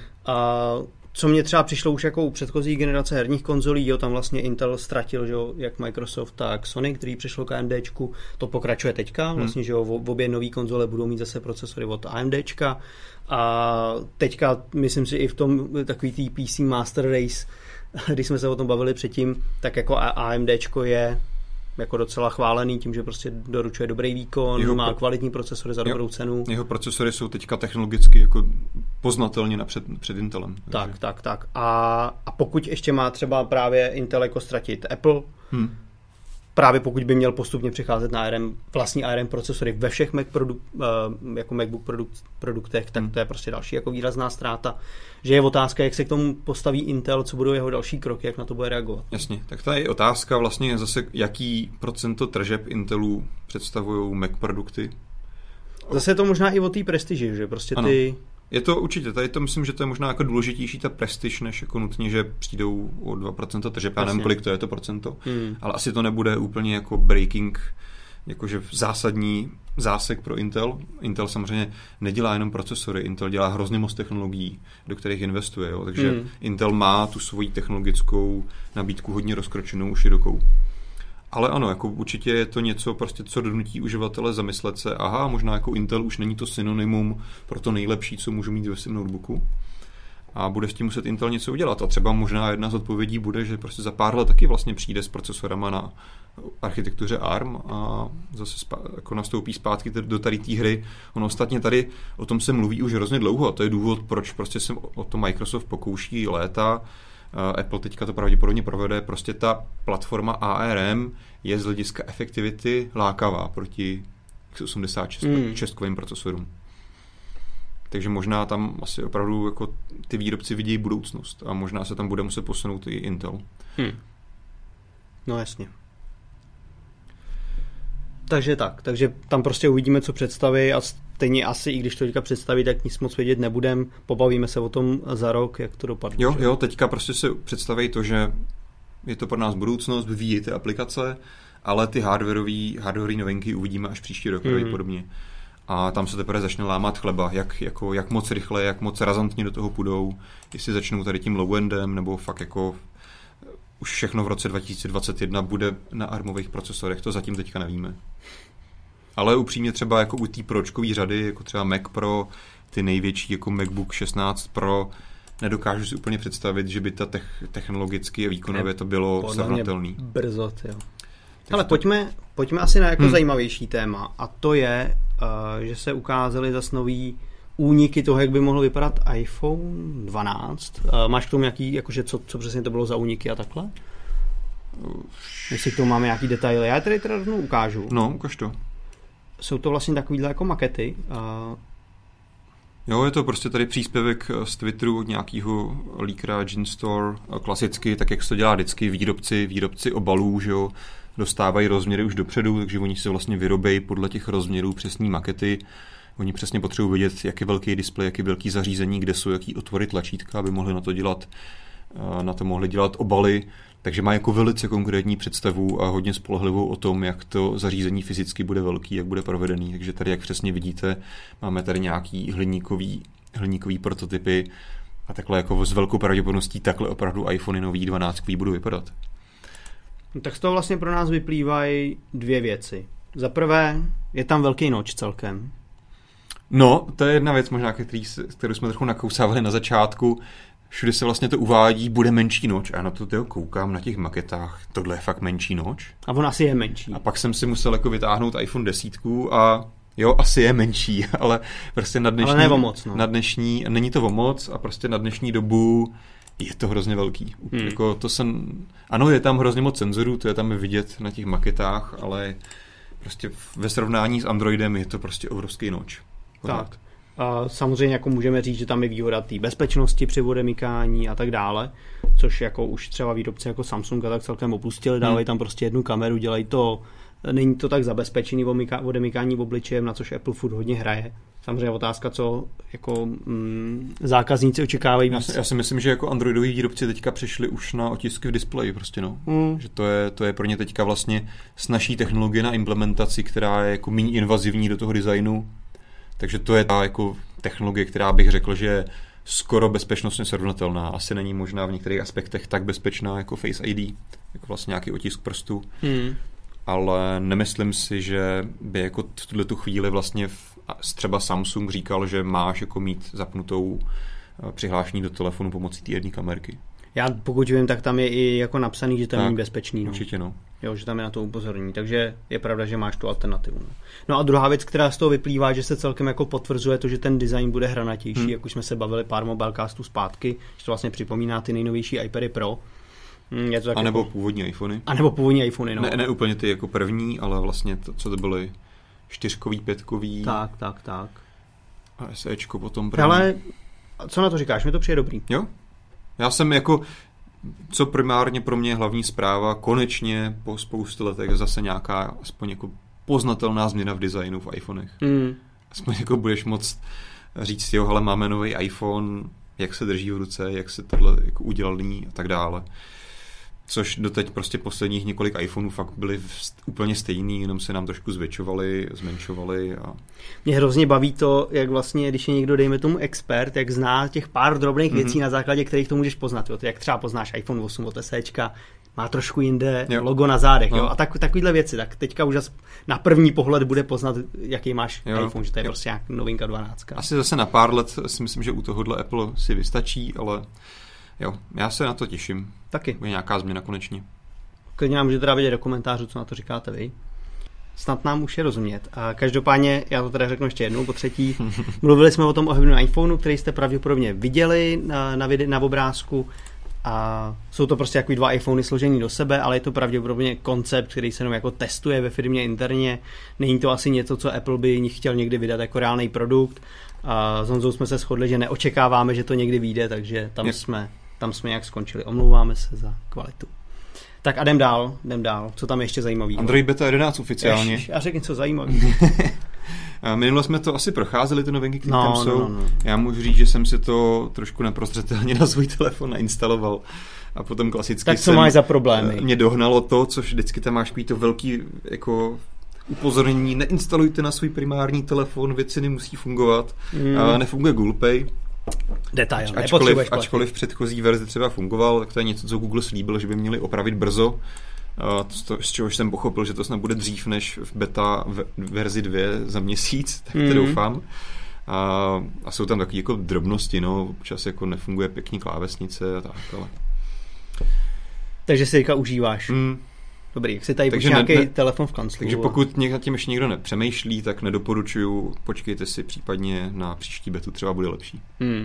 A co mě třeba přišlo už jako u předchozí generace herních konzolí, jo, tam vlastně Intel ztratil, že jo, jak Microsoft, tak Sony, který přišlo k AMDčku, to pokračuje teďka, vlastně, že jo, obě nový konzole budou mít zase procesory od AMDčka a teďka, myslím si, i v tom takový tý PC Master Race, když jsme se o tom bavili předtím, tak jako AMDčko je jako docela chválený tím, že prostě doručuje dobrý výkon, má kvalitní procesory za dobrou cenu. Jeho procesory jsou teďka technologicky jako poznatelně před Intelem. Tak. A pokud ještě má třeba právě Intel jako ztratit Apple, právě pokud by měl postupně přecházet na vlastní ARM procesory ve všech jako MacBook produktech, tak to je prostě další jako výrazná ztráta. Že je otázka, jak se k tomu postaví Intel, co budou jeho další kroky, jak na to bude reagovat. Jasně, tak ta je otázka vlastně zase, jaký procento tržeb Intelu představují Mac produkty. Zase je to možná i o té prestiži, že prostě ano. Je to určitě, tady to myslím, že to je možná jako důležitější ta prestiž, než jako nutně, že přijdou o 2% tržeb, já nevím, kolik to je to procento, ale asi to nebude úplně jako breaking, jakože zásadní zásek pro Intel. Intel samozřejmě nedělá jenom procesory, Intel dělá hrozně moc technologií, do kterých investuje, jo? Takže Intel má tu svoji technologickou nabídku hodně rozkročenou, širokou. Ale ano, jako určitě je to něco, prostě, co donutí uživatele zamyslet se, aha, možná jako Intel už není to synonymum pro to nejlepší, co můžu mít ve svém notebooku. A bude s tím muset Intel něco udělat. A třeba možná jedna z odpovědí bude, že prostě za pár let taky vlastně přijde s procesorama na architektuře ARM a zase jako nastoupí zpátky do tady té hry. Ono ostatně tady o tom se mluví už hrozně dlouho a to je důvod, proč prostě se o to Microsoft pokouší léta. Apple teďka to pravděpodobně provede, prostě ta platforma ARM je z hlediska efektivity lákavá proti x86 procesorům. Takže možná tam asi opravdu jako ty výrobci vidí budoucnost a možná se tam bude muset posunout i Intel. No jasně. Takže tam prostě uvidíme, co představí a stejně asi, i když to teďka představí, tak nic moc vědět nebudem. Pobavíme se o tom za rok, jak to dopadne. Jo, teďka prostě se představí to, že je to pro nás budoucnost, vyvíjí ty aplikace, ale ty hardwareové novinky uvidíme až příští rok, podobně. A tam se teprve začne lámat chleba, jak moc rychle, jak moc razantně do toho půjdou, jestli začnou tady tím low-endem, nebo fakt jako už všechno v roce 2021 bude na ARMových procesorech, to zatím teďka nevíme. Ale upřímně třeba jako u té pročkové řady, jako třeba Mac Pro, ty největší jako MacBook 16 Pro, nedokážu si úplně představit, že by ta technologicky a výkonově to bylo srovnatelné. Brzo, jo. Ale pojďme asi na jako zajímavější téma a to je, že se ukázaly zase nový úniky toho, jak by mohl vypadat iPhone 12. Máš k tomu nějaký, jakože co přesně to bylo za úniky a takhle? Jestli k tomu máme nějaký detaily. Já tady teda rovnou ukážu. No, ukaž to. Jsou to vlastně takovýhle jako makety. Jo, je to prostě tady příspěvek z Twitteru od nějakého leakera Ginstore, klasicky, tak jak se to dělá vždycky, výrobci obalů, že jo, dostávají rozměry už dopředu, takže oni si vlastně vyrobí podle těch rozměrů přesný makety. Oni přesně potřebují vědět, jak je velký displej, jak je velký zařízení, kde jsou jaký otvory tlačítka, aby mohli na to mohli dělat obaly. Takže má jako velice konkrétní představu a hodně spolehlivou o tom, jak to zařízení fyzicky bude velký, jak bude provedený. Takže tady, jak přesně vidíte, máme tady nějaký hliníkový prototypy a takhle jako s velkou pravděpodobností takhle opravdu iPhony nový 12 budou vypadat. Tak z toho vlastně pro nás vyplývají dvě věci. Za prvé, je tam velký noč celkem. No, to je jedna věc možná, kterou jsme trochu nakousávali na začátku. Všude se vlastně to uvádí, bude menší noč. A na to koukám na těch maketách, tohle je fakt menší noč. A on asi je menší. A pak jsem si musel jako vytáhnout iPhone 10 a jo, asi je menší, ale prostě na dnešní... Ale ne o moc, no. Na dnešní, není to o moc a prostě na dnešní dobu je to hrozně velký. Jako ano, je tam hrozně moc senzorů, to je tam vidět na těch maketách, ale prostě ve srovnání s Androidem je to prostě obrovský noč. Tak. A samozřejmě jako můžeme říct, že tam je výhoda té bezpečnosti při odemykání a tak dále, což jako už třeba výrobci jako Samsung a tak celkem opustili, dávají tam prostě jednu kameru, dělají to není to tak zabezpečený odemykání obličejem, na což Apple furt hodně hraje. Samozřejmě otázka, co jako zákazníci očekávají víc. Já si myslím, že jako androidoví výrobci teďka přešli už na otisky v displeji prostě, no. Že to je pro ně teďka vlastně snazší technologie na implementaci, která je jako méně invazivní do toho designu. Takže to je ta jako technologie, která bych řekl, že je skoro bezpečnostně srovnatelná. Asi není možná v některých aspektech tak bezpečná jako Face ID, jako vlastně nějaký otisk prstu. Ale nemyslím si, že by jako v tuto chvíli vlastně třeba Samsung říkal, že máš jako mít zapnutou přihlášení do telefonu pomocí té jedné kamerky. Já pokud vím, tak tam je i jako napsaný, že to není bezpečný. No. Určitě, no. Jo, že tam je na to upozornění, takže je pravda, že máš tu alternativu. No a druhá věc, která z toho vyplývá, že se celkem jako potvrzuje to, že ten design bude hranatější, jak už jsme se bavili pár mobilecastů zpátky, že to vlastně připomíná ty nejnovější iPady Pro. Je to tak a nebo jako... původní iPhony. A nebo původní iPhony, no. Ne úplně ty jako první, ale vlastně to, co to byly 4kový, 5kový. Tak. A SEčko potom první. Ale co na to říkáš? Mi to přijde dobrý. Jo. Já jsem jako, co primárně pro mě hlavní zpráva, konečně po spoustu letech zase nějaká aspoň jako poznatelná změna v designu v iPhonech. Aspoň jako budeš moct říct, jo, ale máme nový iPhone, jak se drží v ruce, jak se tohle jako udělaný a tak dále. Což doteď prostě posledních několik iPhoneů fakt byly úplně stejný, jenom se nám trošku zvětšovali, zmenšovali. A... Mě hrozně baví to, jak vlastně, když je někdo, dejme tomu expert, jak zná těch pár drobných věcí, na základě kterých to můžeš poznat. Jo. Jak třeba poznáš iPhone 8 od SEčka, má trošku jinde logo na zádech. Jo. A takovýhle věci. Tak teďka už na první pohled bude poznat, jaký máš iPhone, že to je prostě nějak novinka 12. Asi zase na pár let si myslím, že u tohohle Apple si vystačí, ale jo, já se na to těším. Taky. Bude nějaká změna konečně. Klidně nám můžete vědět do komentářů, co na to říkáte vy. Snad nám už je rozumět. A každopádně, já to teda řeknu ještě jednou, po třetí. Mluvili jsme o tom ohebném iPhoneu, který jste pravděpodobně viděli na obrázku. A jsou to prostě jako dva iPhony složený do sebe, ale je to pravděpodobně koncept, který se jenom jako testuje ve firmě interně. Není to asi něco, co Apple by chtěl někdy vydat jako reálný produkt. A s Honzou jsme se shodli, že neočekáváme, že to někdy vyjde, takže tam jsme jak skončili. Omlouváme se za kvalitu. Tak a jdem dál. Co tam ještě zajímavého? Android Beta 11 oficiálně. A řekni něco zajímavého. Minule jsme to asi procházeli, ty novinky, které tam jsou. No. Já můžu říct, že jsem si to trošku neprozřetelně na svůj telefon nainstaloval. A potom klasicky tak co máš za problémy? Mě dohnalo to, což vždycky tam máš to velký jako upozornění. Neinstalujte na svůj primární telefon, věci nemusí fungovat. Nefunguje Google Pay. Detail, ačkoliv v předchozí verzi třeba fungoval, tak to je něco, co Google slíbil, že by měli opravit brzo. Z čehož jsem pochopil, že to snad bude dřív než v beta verzi 2 za měsíc, tak to doufám. A jsou tam takové jako drobnosti, no, občas jako nefunguje pěkně klávesnice a tak, ale... Takže si teďka užíváš. Dobrý, jak si tady půjde nějaký telefon v kanclu. Takže pokud nad tím ještě někdo nepřemýšlí, tak nedoporučuju, počkejte si případně na příští betu, třeba bude lepší.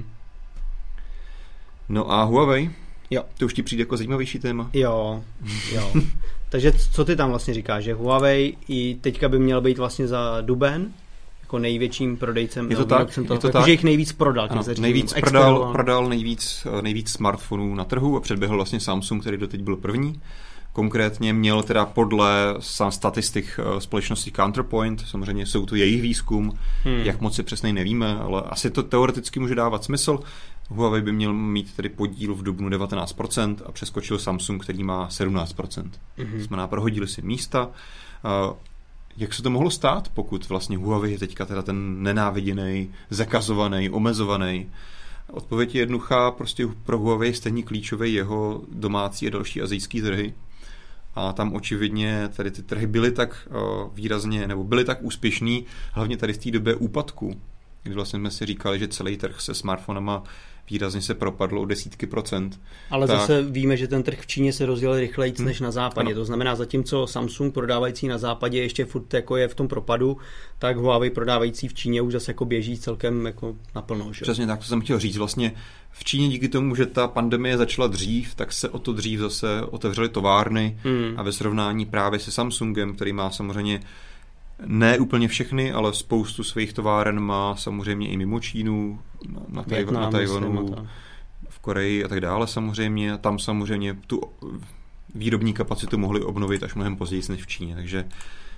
No a Huawei? Jo. To už ti přijde jako zajímavější téma? Jo. Takže co ty tam vlastně říkáš, že Huawei i teďka by měl být vlastně za duben jako největším prodejcem. Je to tak? Že jich nejvíc prodal. Ano, prodal nejvíc smartphonů na trhu a předběhl vlastně Samsung, který doteď byl první. Konkrétně měl teda podle statistik společnosti Counterpoint, samozřejmě jsou to jejich výzkum, jak moc si přesně nevíme, ale asi to teoreticky může dávat smysl. Huawei by měl mít tedy podíl v dubnu 19% a přeskočil Samsung, který má 17%. Znamená, prohodili si místa. Jak se to mohlo stát, pokud vlastně Huawei je teďka teda ten nenáviděný, zakazovaný, omezovaný? Odpověď je jednoduchá, prostě pro Huawei je stejně klíčový jeho domácí a další asijský trhy. A tam očividně tady ty trhy byly tak výrazně, nebo byly tak úspěšný, hlavně tady v té době úpadku, kdy vlastně jsme si říkali, že celý trh se smartfonama výrazně se propadl o desítky procent. Ale zase víme, že ten trh v Číně se rozdělil rychleji než na západě. Ano. To znamená, zatímco Samsung prodávající na západě ještě furt jako je v tom propadu, tak Huawei prodávající v Číně už zase jako běží celkem jako naplno. Že? Přesně tak, to jsem chtěl říct. Vlastně v Číně díky tomu, že ta pandemie začala dřív, tak se o to dřív zase otevřely továrny a ve srovnání právě se Samsungem, který má samozřejmě ne úplně všechny, ale spoustu svých továren má samozřejmě i mimo Čínu, na Tajvanu, v Koreji a tak dále samozřejmě. Tam samozřejmě tu výrobní kapacitu mohli obnovit až mnohem později než v Číně. Takže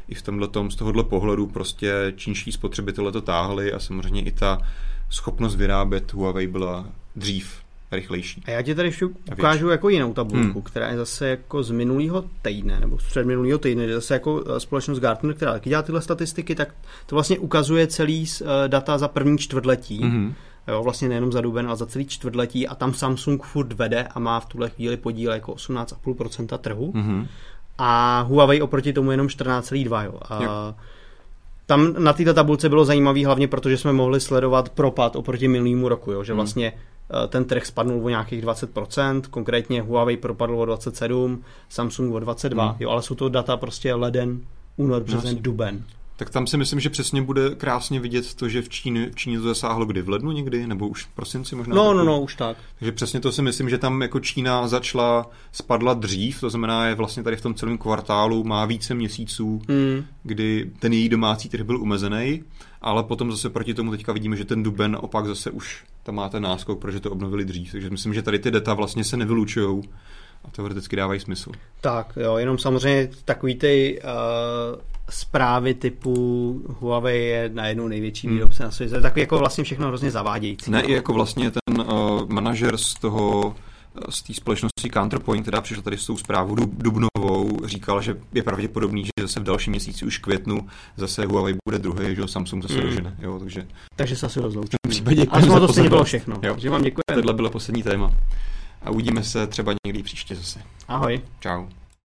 i v tomhletom, z tohohle pohledu prostě čínští spotřebitelé to táhli a samozřejmě i ta schopnost vyrábět Huawei byla dřív rychlejší. A já ti tady ještě ukážu jako jinou tabulku, která je zase jako z minulého týdne, nebo z předminulého týdne, je zase jako společnost Gartner, která taky dělá tyhle statistiky, tak to vlastně ukazuje celý data za první čtvrtletí. Jo, vlastně nejenom za duben, ale za celý čtvrtletí a tam Samsung furt vede a má v tuhle chvíli podíl jako 18,5% trhu. A Huawei oproti tomu jenom 14,2%. Jo. Tam na této tabulce bylo zajímavý hlavně, protože jsme mohli sledovat propad oproti minulému roku, jo, že vlastně ten trh spadnul o nějakých 20%, konkrétně Huawei propadl o 27%, Samsung o 22%, jo, ale jsou to data prostě leden, únor, březen, duben. Tak tam si myslím, že přesně bude krásně vidět to, že v Číně to zasáhlo kdy? V lednu někdy? Nebo už v prosinci možná? No, už tak. Takže přesně to si myslím, že tam jako Čína spadla dřív, to znamená, je vlastně tady v tom celém kvartálu má více měsíců, kdy ten její domácí trh byl omezený, ale potom zase proti tomu teďka vidíme, že ten duben opak zase už tam má ten náskok, protože to obnovili dřív. Takže myslím, že tady ty data vlastně se nevylučujou a teoreticky dávají smysl. Tak jo, jenom samozřejmě takový ty zprávy typu Huawei je najednou největší výrobce na světě. To je takový jako vlastně všechno hrozně zavádějící. Ne, i jako vlastně ten manažer z té společnosti Counterpoint, která přišla tady s tou zprávou dubnovou, říkal, že je pravděpodobný, že zase v dalším měsíci už květnu zase Huawei bude druhý, že Samsung zase dožene. Jo, takže se asi rozloučím. V případě a to stejně bylo všechno. Takže vám děkuji. Tohle bylo poslední téma. A uvidíme se třeba někdy příště zase. Ahoj. Čau.